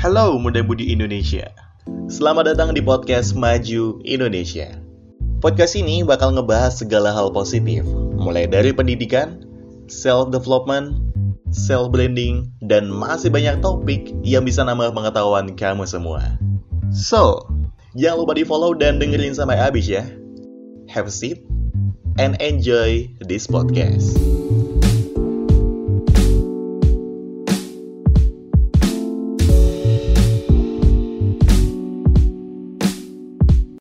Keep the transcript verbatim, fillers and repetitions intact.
Halo Muda Budi Indonesia. Selamat datang di podcast Maju Indonesia. Podcast ini bakal ngebahas segala hal positif, mulai dari pendidikan, self-development, self-branding, dan masih banyak topik yang bisa nambah pengetahuan kamu semua. So, jangan lupa di-follow dan dengerin sampai habis ya. Have a seat and enjoy this podcast.